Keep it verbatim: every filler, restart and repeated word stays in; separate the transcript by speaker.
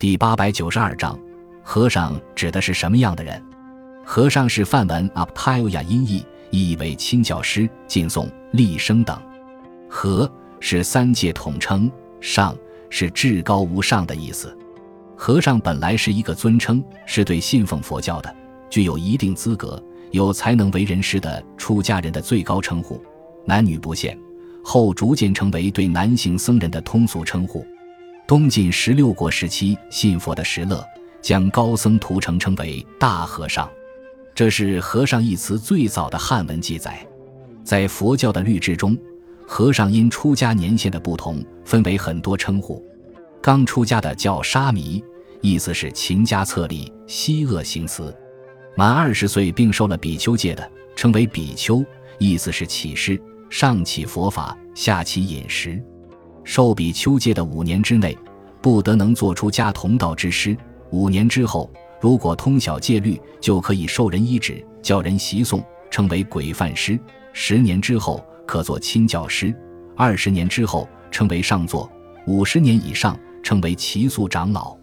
Speaker 1: 第八百九十二章，和尚指的是什么样的人？和尚是梵文 aptaya 音译，意义为亲教师、近诵、立生等。和是三界统称，尚是至高无上的意思。和尚本来是一个尊称，是对信奉佛教的、具有一定资格、有才能为人师的出家人的最高称呼，男女不限，后逐渐成为对男性僧人的通俗称呼。东晋十六国时期，信佛的石勒将高僧图澄称为大和尚，这是和尚一词最早的汉文记载。在佛教的律制中，和尚因出家年限的不同，分为很多称呼。刚出家的叫沙弥，意思是勤加策力，息恶行慈。满二十岁并受了比丘戒的，称为比丘，意思是起师，上起佛法，下起饮食。受比丘戒的五年之内，不得能做出家同道之师。五年之后，如果通晓戒律，就可以受人依止，教人习诵，称为轨范师。十年之后，可做亲教师。二十年之后，称为上座。五十年以上，称为耆俗长老。